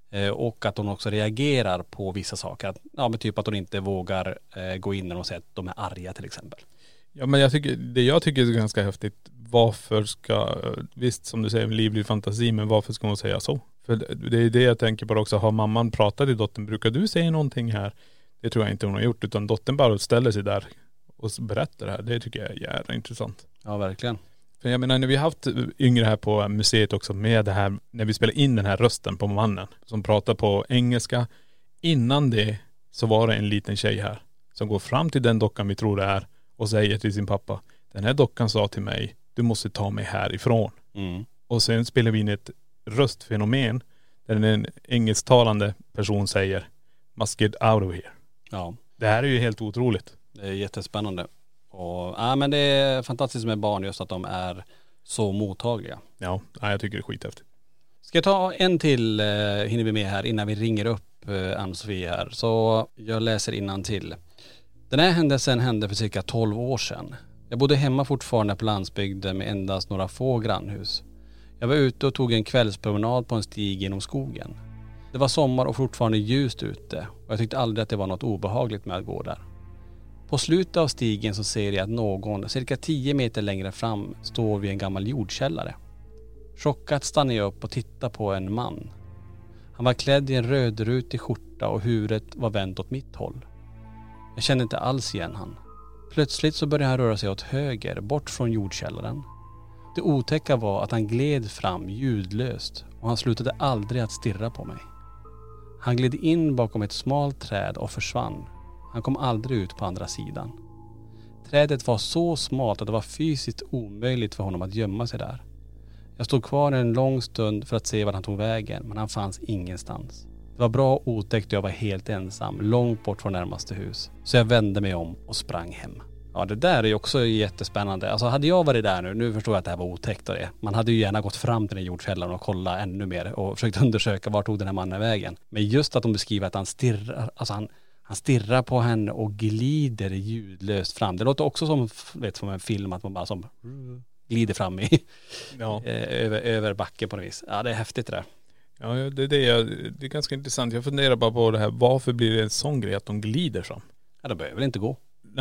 D: Och att hon också reagerar på vissa saker. Att, ja, men typ att hon inte vågar gå in när hon säger att de är arga till exempel.
E: Ja, men jag tycker är ganska häftigt. Varför ska, visst som du säger, livlig fantasi, men varför ska hon säga så? För det är det jag tänker på också. Har mamman pratat till dottern, brukar du säga någonting här? Det tror jag inte hon har gjort, utan dottern bara ställer sig där och berättar det här. Det tycker jag är jävla intressant.
D: Ja, verkligen.
E: För jag menar, när vi har haft yngre här på museet också med det här, när vi spelar in den här rösten på mannen som pratar på engelska. Innan det så var det en liten tjej här som går fram till den dockan vi tror det är och säger till sin pappa, den här dockan sa till mig, du måste ta mig härifrån.
D: Mm.
E: Och sen spelar vi in ett röstfenomen där en engelsktalande person säger, must get out of here.
D: Ja.
E: Det här är ju helt otroligt.
D: Det är jättespännande. Och ja, men det är fantastiskt med barn, just att de är så mottagliga.
E: Ja, jag tycker det är skithäftigt.
D: Ska jag ta en till hinner vi med här innan vi ringer upp Ann-Sofie här. Så jag läser innantill. Den här händelsen hände för cirka 12 år sedan. Jag bodde hemma fortfarande på landsbygden med endast några få grannhus. Jag var ute och tog en kvällspromenad på en stig genom skogen. Det var sommar och fortfarande ljust ute och jag tyckte aldrig att det var något obehagligt med att gå där. På slutet av stigen så ser jag att någon cirka 10 meter längre fram står vid en gammal jordkällare. Chockat stannar jag upp och tittar på en man. Han var klädd i en rödrutig skjorta och huvudet var vänt åt mitt håll. Jag kände inte alls igen han. Plötsligt så började han röra sig åt höger, bort från jordkällaren. Det otäcka var att han gled fram ljudlöst och han slutade aldrig att stirra på mig. Han gled in bakom ett smalt träd och försvann. Han kom aldrig ut på andra sidan. Trädet var så smalt att det var fysiskt omöjligt för honom att gömma sig där. Jag stod kvar en lång stund för att se var han tog vägen, men han fanns ingenstans. Det var bra otäckt och jag var helt ensam, långt bort från närmaste hus. Så jag vände mig om och sprang hem. Ja, det där är ju också jättespännande. Alltså hade jag varit där nu förstår jag att det här var otäckt och det. Man hade ju gärna gått fram till den jordkällaren och kollat ännu mer och försökt undersöka var tog den här mannen vägen. Men just att de beskriver att han stirrar, alltså han stirrar på henne och glider ljudlöst fram. Det låter också som en film, att man bara som glider fram över backen på något vis. Ja, det är häftigt det där.
E: Ja, det är ganska intressant. Jag funderar bara på det här, varför blir det en sån grej att de glider fram?
D: Ja, det behöver väl inte gå.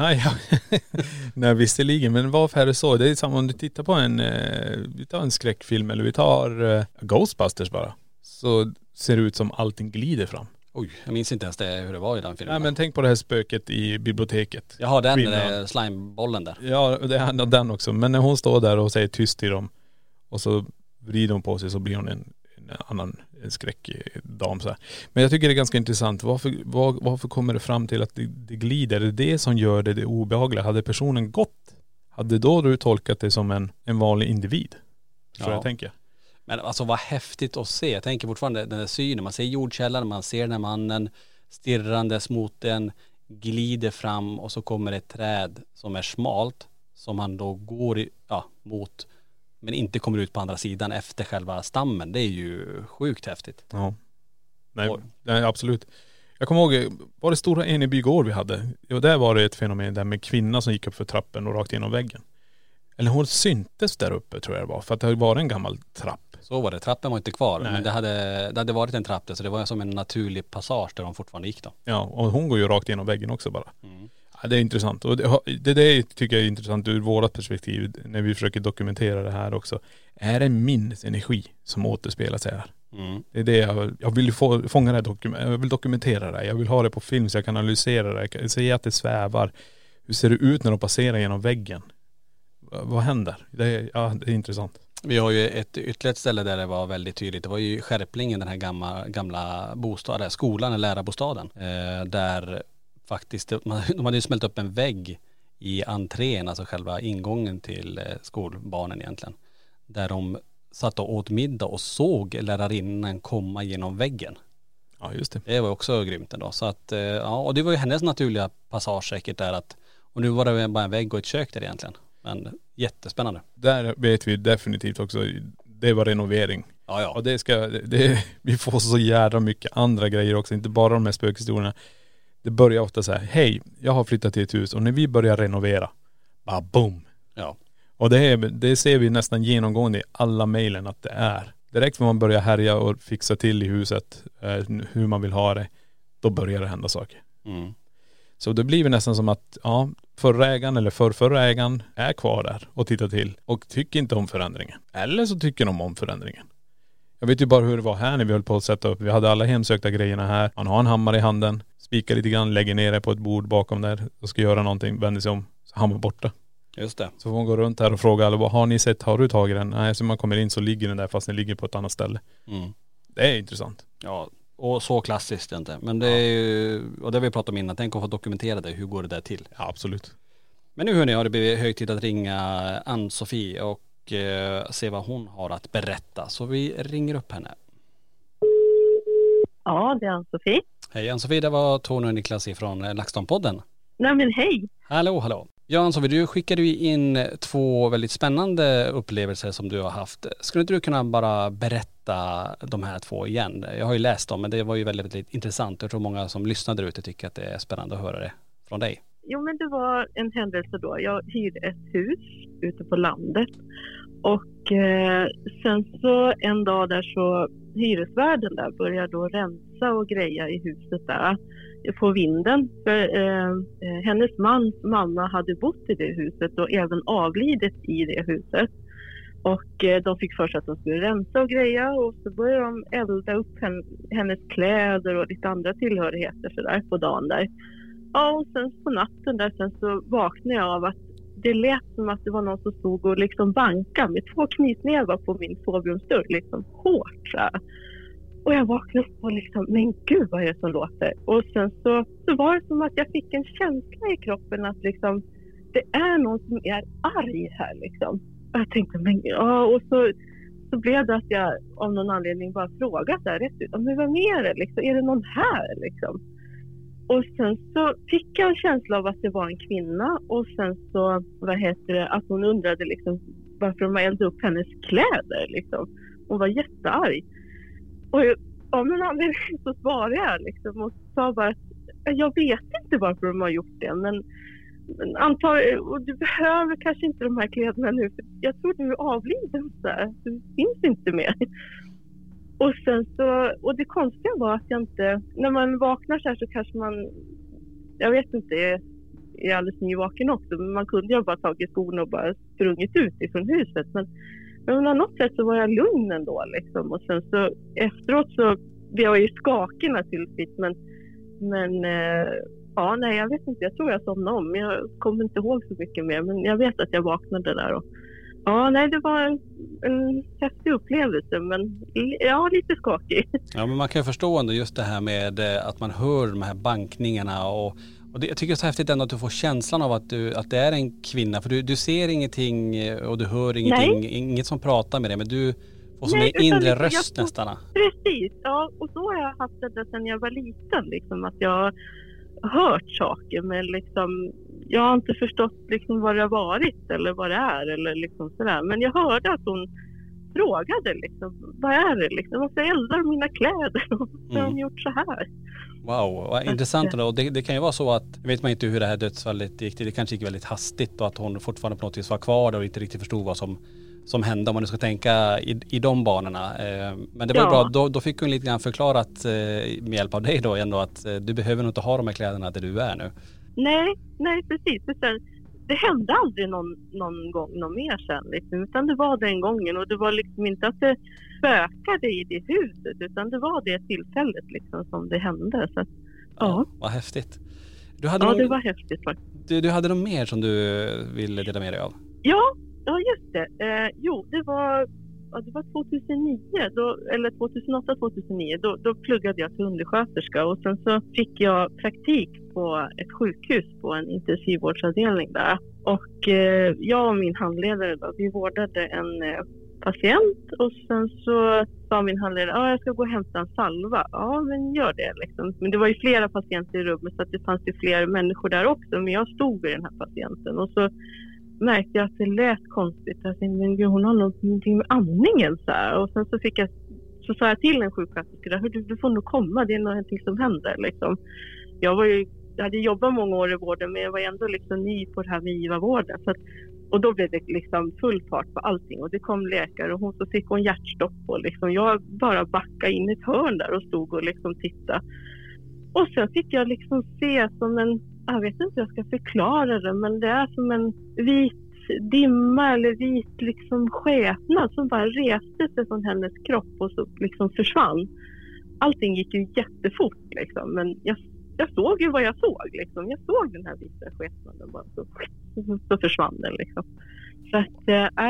E: Nej, visserligen, men varför är det så? Det är samma om du tittar på vi tar en skräckfilm eller vi tar Ghostbusters bara. Så ser det ut som allting glider fram.
D: Oj, jag minns inte ens hur det var i den filmen.
E: Nej, men tänk på det här spöket i biblioteket.
D: Jaha, den slimebollen där.
E: Ja, det handlar om den också. Men när hon står där och säger tyst till dem och så vrider hon på sig så blir hon en annan skräckdam så här. Men jag tycker det är ganska intressant. Varför kommer det fram till att det glider? Det är det som gör det obehagliga. Hade personen gått, hade då du tolkat det som en vanlig individ? Så jag tänker.
D: Men alltså vad häftigt att se. Jag tänker fortfarande den där synen. Man ser jordkällaren, man ser den här mannen stirrandes mot den, glider fram och så kommer ett träd som är smalt som han då går mot, men inte kommer ut på andra sidan efter själva stammen. Det är ju sjukt häftigt.
E: Ja. Nej, absolut. Jag kommer ihåg, var det stora Eneby gård vi hade? Och där var det ett fenomen där med kvinna som gick upp för trappen och rakt genom väggen. Eller hon syntes där uppe tror jag det var, för att det var en gammal trapp.
D: Så var det, trappen var inte kvar. Nej. Men det hade varit en trapp där, så det var som en naturlig passage där de fortfarande gick då.
E: Ja, och hon går ju rakt genom väggen också bara. Mm. Ja, det är intressant. Och det tycker jag är intressant ur vårat perspektiv när vi försöker dokumentera det här också. Är det minnesenergi som återspelar sig här? Mm. Det är det jag vill fånga det här jag vill dokumentera det. Jag vill ha det på film så jag kan analysera det. Jag kan säga att det svävar. Hur ser det ut när de passerar genom väggen? Vad händer? Det är intressant.
D: Vi har ju ytterligare ett ställe där det var väldigt tydligt. Det var ju Skärplingen, den här gamla bostaden, skolan eller lärarbostaden. Där faktiskt, de hade ju smält upp en vägg i entrén, alltså själva ingången till skolbarnen egentligen. Där de satt och åt middag och såg lärarinnan komma genom väggen.
E: Ja, just det.
D: Det var också grymt ändå. Så att, ja, och det var ju hennes naturliga passage säkert där att, och nu var det bara en vägg och ett kök där egentligen. Men jättespännande.
E: Där vet vi definitivt också, det var renovering.
D: Ja.
E: Och vi får så jävla mycket andra grejer också, inte bara de här spökhistorierna. Det börjar ofta så här, hej, jag har flyttat till ett hus och när vi börjar renovera, bara boom.
D: Ja.
E: Och det ser vi nästan genomgående i alla mejlen att det är. Direkt när man börjar härja och fixa till i huset, hur man vill ha det, då börjar det hända saker.
D: Mm.
E: Så det blir nästan som att, ja, förra ägaren eller förra ägaren är kvar där och tittar till och tycker inte om förändringen. Eller så tycker de om förändringen. Jag vet ju bara hur det var här när vi höll på att sätta upp. Vi hade alla hemsökta grejerna här. Man har en hammare i handen, spikar lite grann, lägger ner det på ett bord bakom där och ska göra någonting, vänder sig om, så hammar borta.
D: Just det.
E: Så får man gå runt här och fråga alla, vad har ni sett, har du tagit den? Nej, så man kommer in så ligger den där fast den ligger på ett annat ställe.
D: Mm.
E: Det är intressant.
D: Ja, och så klassiskt inte. Men det är ju, och det har vi pratat om innan, tänk att få dokumentera det, hur går det där till?
E: Ja, absolut.
D: Men nu hörni, har det blivit hög tid att ringa Ann-Sofie och se vad hon har att berätta. Så vi ringer upp henne.
H: Ja, det är Ann-Sofie.
D: Hej Ann-Sofie, det var Tony och Niklas ifrån LaxTon-podden.
H: Nej men hej.
D: Hallå. Ja Ann-Sofie, du skickade ju in 2 väldigt spännande upplevelser som du har haft. Skulle inte du kunna bara berätta de här 2 igen? Jag har ju läst dem, men det var ju väldigt, väldigt intressant. Jag tror många som lyssnade ute tycker att det är spännande att höra det från dig.
H: Jo men det var en händelse då. Jag hyrde ett hus ute på landet. Och sen så en dag där så hyresvärden där började då rensa och greja i huset där på vinden. För hennes mans mamma hade bott i det huset och även avlidit i det huset. Och de fick för sig att de skulle rensa och greja och så började de elda upp hennes kläder och lite andra tillhörigheter så där på dagen där. Ja, och sen på natten där sen så vaknade jag av att det lät som att det var någon som stod och liksom bankade med 2 knytnävar på min sovrumsdörr, liksom hårt så här. Och jag vaknade upp och liksom, men gud vad är det som låter? Och sen så var det som att jag fick en känsla i kroppen att liksom, det är någon som är arg här liksom. Och jag tänkte, men ja, och så blev det att jag av någon anledning bara frågade där rätt ut, men vad är det liksom? Är det någon här liksom? Och sen så fick jag en känsla av att det var en kvinna och sen så, att hon undrade liksom varför de eldade upp hennes kläder liksom. Hon var jättearg. Och av någon anledning så svarade jag liksom och sa bara att jag vet inte varför de har gjort det, men och du behöver kanske inte de här kläderna nu för jag tror du är avliden så här. Du finns inte mer. Och sen så, och det konstiga var att jag inte, när man vaknar så här så kanske man, jag vet inte, är alldeles nyvaken också, men man kunde ju bara tagit skorna och bara sprungit ut ifrån huset. Men på något sätt så var jag lugn ändå liksom. Och sen så efteråt så, jag var ju skakig naturligtvis, men ja, nej jag vet inte, jag tror jag somnade om. Jag kommer inte ihåg så mycket mer, men jag vet att jag vaknade där och ja, nej det var en häftig upplevelse, men ja, lite skakig.
D: Ja, men man kan ju förstå ändå just det här med att man hör de här bankningarna och det, jag tycker det är så häftigt ändå att du får känslan av att det är en kvinna, för du ser ingenting och du hör ingenting, inget som pratar med dig, men du får som en inre röst nästan.
H: Precis, ja, och så har jag haft det sedan jag var liten liksom, att jag har hört saker, men liksom jag har inte förstått liksom vad det har varit eller vad det är eller liksom sådär. Men jag hörde att hon frågade liksom, vad är det liksom? Varför eldar mina kläder? Varför har de gjort så här?
D: Wow, vad intressant då. Det kan ju vara så att, vet man inte hur det här dödsfallet gick till. Det kanske gick väldigt hastigt och att hon fortfarande på något vis var kvar där och inte riktigt förstod vad som hände, om man nu ska tänka i de banorna. Men det var ju bra, då fick hon lite grann förklarat med hjälp av dig då ändå att du behöver nog inte ha de här kläderna där du är nu.
H: Nej precis. Det hände aldrig någon gång någon mer sen liksom, utan det var den gången och det var liksom inte att det spökade i det huset, utan det var det tillfället liksom som det hände. Så att, ja.
D: Vad häftigt.
H: Det var häftigt faktiskt.
D: Du hade något mer som du ville dela med dig av?
H: Ja just det. Det var 2009, eller 2008-2009, då pluggade jag till undersköterska och sen så fick jag praktik på ett sjukhus på en intensivvårdsavdelning där. Och jag och min handledare då, vi vårdade en patient och sen så sa min handledare, jag ska gå och hämta en salva. Ja, men gör det liksom. Men det var ju flera patienter i rummet så att det fanns ju fler människor där också. Men jag stod vid den här patienten och så märkte jag att det lät konstigt. Jag tänkte, men gud, hon har någonting med andningen så här. Och sen så sa jag till en sjuksköterska, du får nog komma, det är någonting som händer liksom. Jag hade jobbat många år i vården men jag var ändå liksom ny på det här med IVA-vården. Och då blev det liksom full fart på allting. Och det kom läkare och så fick hon hjärtstopp. Och liksom jag bara backade in i ett hörn där och stod och liksom tittade. Och sen fick jag liksom se som en, jag vet inte hur jag ska förklara det, men det är som en vit dimma eller vit liksom skepnad som bara reste sig från hennes kropp och så liksom försvann. Allting gick ju jättefort liksom, men jag såg ju vad jag såg liksom. Jag såg den här vita skepnaden bara så försvann den liksom. Så att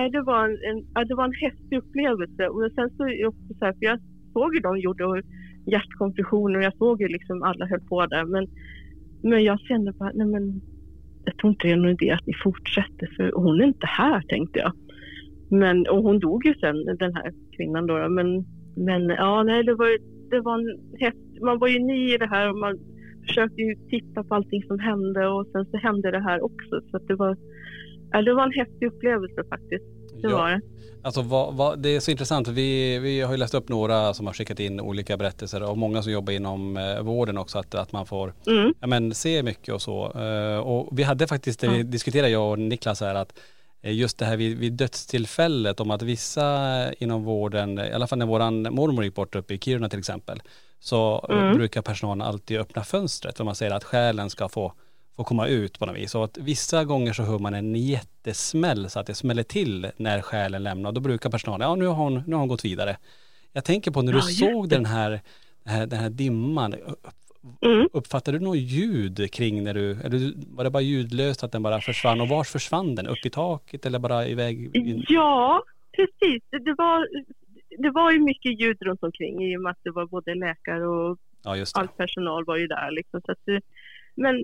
H: det var en häftig upplevelse. Och sen så är också så här, för jag såg ju de gjorde hjärtkompressioner och jag såg ju liksom alla höll på där, men jag kände bara, nej men jag tror inte det är någon idé att ni fortsätter för hon är inte här, tänkte jag. Och hon dog ju sen, den här kvinnan då. Men ja, nej, det var en man var ju ny i det här och man försökte ju titta på allting som hände och sen så hände det här också. Så att det var en häftig upplevelse faktiskt. Det var det.
D: Alltså det är så intressant. Vi har ju läst upp några som har skickat in olika berättelser och många som jobbar inom vården också, att man får se mycket och så. Och vi hade faktiskt, diskuterade jag och Niklas här, att just det här vid dödstillfället, om att vissa inom vården, i alla fall när våran mormor gick bort uppe i Kiruna till exempel, så brukar personalen alltid öppna fönstret för man säger att själen ska få komma ut på något vis. Och att vissa gånger så hör man en jättesmäll så att det smäller till när själen lämnar. Och då brukar personalen, nu har hon gått vidare. Jag tänker på när du såg den här dimman, uppfattade du något ljud kring eller var det bara ljudlöst att den bara försvann? Och vars försvann den? Upp i taket eller bara iväg?
H: Ja, precis. Det var ju mycket ljud runt omkring i och med att det var både läkare och all personal var ju där liksom. Så att men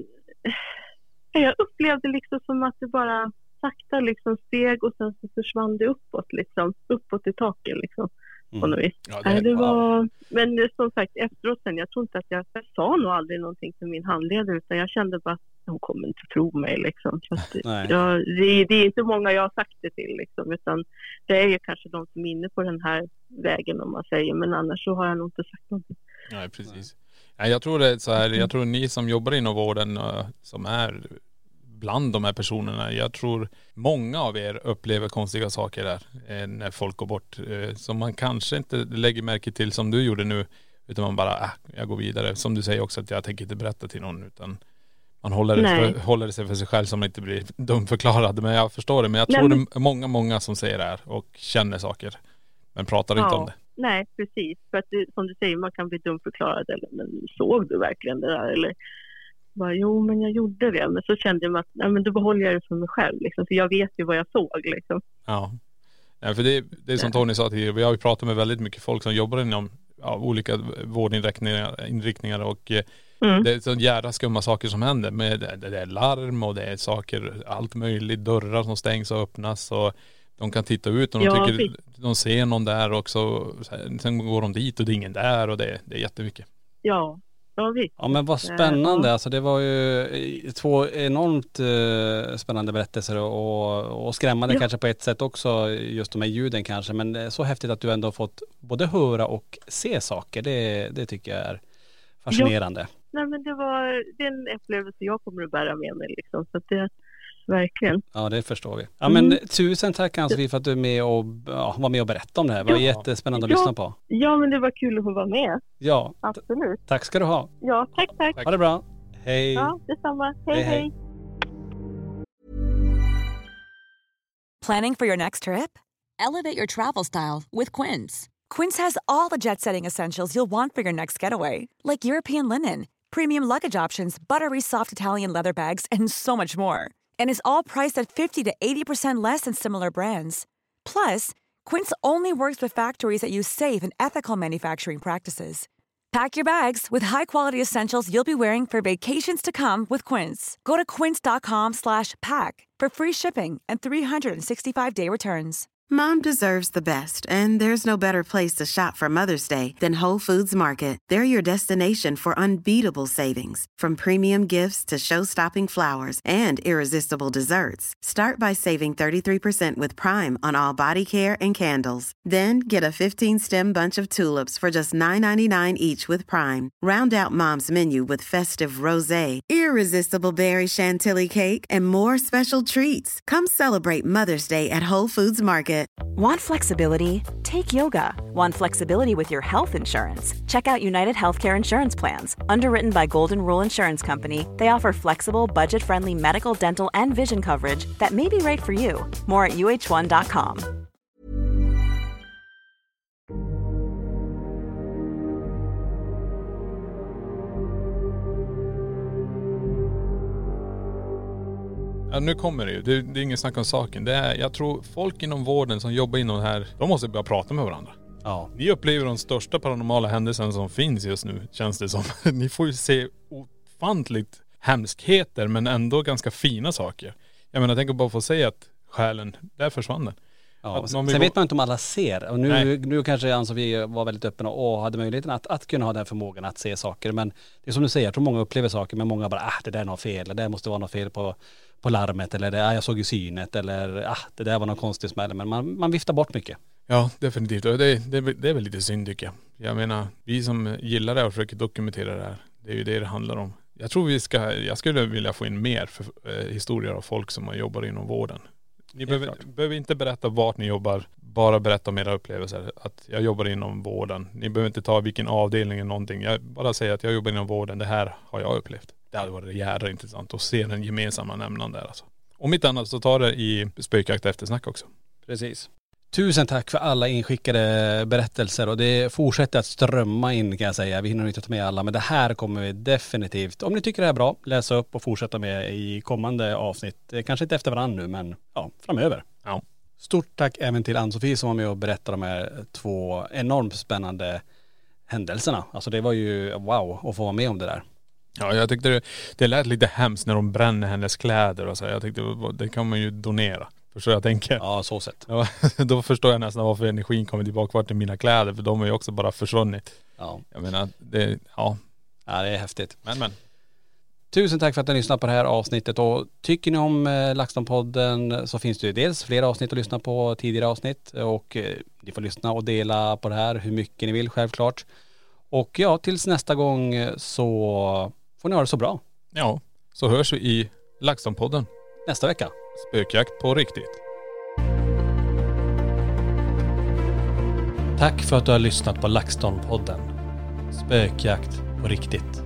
H: jag upplevde liksom som att det bara sakta liksom steg och sen så försvann det uppåt i taket liksom. På något vis. Ja, det var, men som sagt efteråt sen, jag tror inte att jag sa nog aldrig någonting till min handledare, utan jag kände bara att hon kommer inte tro mig liksom. Så att, det är inte många jag har sagt det till liksom, utan det är ju kanske de som är inne på den här vägen om man säger, men annars så har jag nog inte sagt någonting.
E: Nej, precis. Ja, jag tror det är så här, jag tror ni som jobbar inom vården som är bland de här personerna, jag tror många av er upplever konstiga saker där när folk går bort som man kanske inte lägger märke till som du gjorde nu, utan man bara jag går vidare. Som du säger också, att jag tänker inte berätta till någon, utan man håller det sig för sig själv som inte blir dumförklarad. Men jag förstår det, men jag tror det är många som säger det här och känner saker men pratar inte om det.
H: Nej, precis. För att som du säger, man kan bli dumförklarad eller men såg du verkligen det där? Eller bara, jo men jag gjorde det. Men så kände jag att men då behåller jag det för mig själv liksom, för jag vet ju vad jag såg liksom. Ja,
E: för det är som Tony sa tidigare, vi har ju pratat med väldigt mycket folk som jobbar inom olika vårdinriktningar och det är så jävla skumma saker som händer med det är larm och det är saker, allt möjligt, dörrar som stängs och öppnas och de kan titta ut och de tycker de ser någon där också, sen går de dit och det är ingen där och det är jättemycket.
H: Ja, visst.
D: Ja, men vad spännande. Alltså det var ju 2 enormt spännande berättelser och skrämmande kanske på ett sätt också, just de här ljuden kanske, men så häftigt att du ändå har fått både höra och se saker. Det tycker jag är fascinerande.
H: Ja. Nej, men det är en upplevelse jag kommer att bära med mig liksom, så att det verkligen.
D: Ja, det förstår vi. Ja, men tusen tack Ann-Sofie för att du är med och var med och berättade om det här. Det var jättespännande att lyssna på.
H: Ja, men det var kul att få vara med.
D: Ja.
H: Absolut.
D: Tack ska du ha.
H: Ja, tack.
D: Ha det bra. Hej.
H: Ja, detsamma. Hej.
I: Planning for your next trip? Elevate your travel style with Quince. Quince has all the jet-setting essentials you'll want for your next getaway, like European linen, premium luggage options, buttery soft Italian leather bags, and so much more. And is all priced at 50 to 80% less than similar brands. Plus, Quince only works with factories that use safe and ethical manufacturing practices. Pack your bags with high-quality essentials you'll be wearing for vacations to come with Quince. Go to quince.com/pack for free shipping and 365-day returns.
A: Mom deserves the best, and there's no better place to shop for Mother's Day than Whole Foods Market. They're your destination for unbeatable savings, from premium gifts to show-stopping flowers and irresistible desserts. Start by saving 33% with Prime on all body care and candles. Then get a 15-stem bunch of tulips for just $9.99 each with Prime. Round out Mom's menu with festive rosé, irresistible berry chantilly cake, and more special treats. Come celebrate Mother's Day at Whole Foods Market.
F: Want flexibility? Take yoga. Want flexibility with your health insurance? Check out United Healthcare Insurance Plans. Underwritten by Golden Rule Insurance Company, they offer flexible, budget-friendly medical, dental, and vision coverage that may be right for you. More at uh1.com.
E: Ja, nu kommer det ju. Det är ingen snack om saken. Jag tror folk inom vården som jobbar inom det här, de måste börja prata med varandra.
D: Ja.
E: Ni upplever de största paranormala händelserna som finns just nu, känns det som. Ni får ju se ofantligt hemskheter, men ändå ganska fina saker. Jag menar, tänk bara få säga att själen, där försvann den.
D: Ja, sen vet man inte om alla ser. Och nu kanske Ann-Sofie var väldigt öppen och hade möjligheten att kunna ha den förmågan att se saker. Men det är som du säger, jag tror många upplever saker, men många bara, det där är något fel. Det där måste vara något fel på larmet. Eller jag såg ju synet. Eller det där var någon konstig smäll. Men man viftar bort mycket.
E: Ja, definitivt. Och det är väl lite synd, tycker jag. Jag menar, vi som gillar det och försöker dokumentera det här, det är ju det handlar om. Jag tror jag skulle vilja få in mer historier av folk som jobbar inom vården. Ni behöver inte berätta vart ni jobbar, bara berätta om era upplevelser. Att jag jobbar inom vården. Ni behöver inte ta vilken avdelning eller någonting. Jag bara säger att jag jobbar inom vården, det här har jag upplevt. Det hade varit jävla intressant att se den gemensamma nämnaren där alltså. Om inte annat så tar det i spökjakt eftersnack också.
D: Precis. Tusen tack för alla inskickade berättelser, och det fortsätter att strömma in, kan jag säga. Vi hinner inte ta med alla, men det här kommer vi definitivt, om ni tycker det är bra, läsa upp och fortsätta med i kommande avsnitt. Kanske inte efter varandra nu, men framöver.
E: Ja.
D: Stort tack även till Ann-Sofie som var med och berättade de här 2 enormt spännande händelserna. Alltså det var ju wow att få vara med om det där.
E: Ja, jag tyckte det lät lite hemskt när de bränner hennes kläder och så. Jag tyckte det kan man ju donera. Förstår jag tänker?
D: Ja, så sett.
E: Ja, då förstår jag nästan varför energin kommer tillbaka till mina kläder, för de är ju också bara försvunnit.
D: Ja.
E: Jag menar, det
D: är häftigt.
E: Men.
D: Tusen tack för att ni lyssnade på det här avsnittet, och tycker ni om LaxTon-podden så finns det ju dels flera avsnitt att lyssna på, tidigare avsnitt, och ni får lyssna och dela på det här hur mycket ni vill, självklart. Och tills nästa gång så får ni ha det så bra.
E: Ja, så hörs vi i LaxTon-podden
D: nästa vecka.
E: Spökjakt på riktigt.
D: Tack för att du har lyssnat på LaxTon-podden. Spökjakt på riktigt.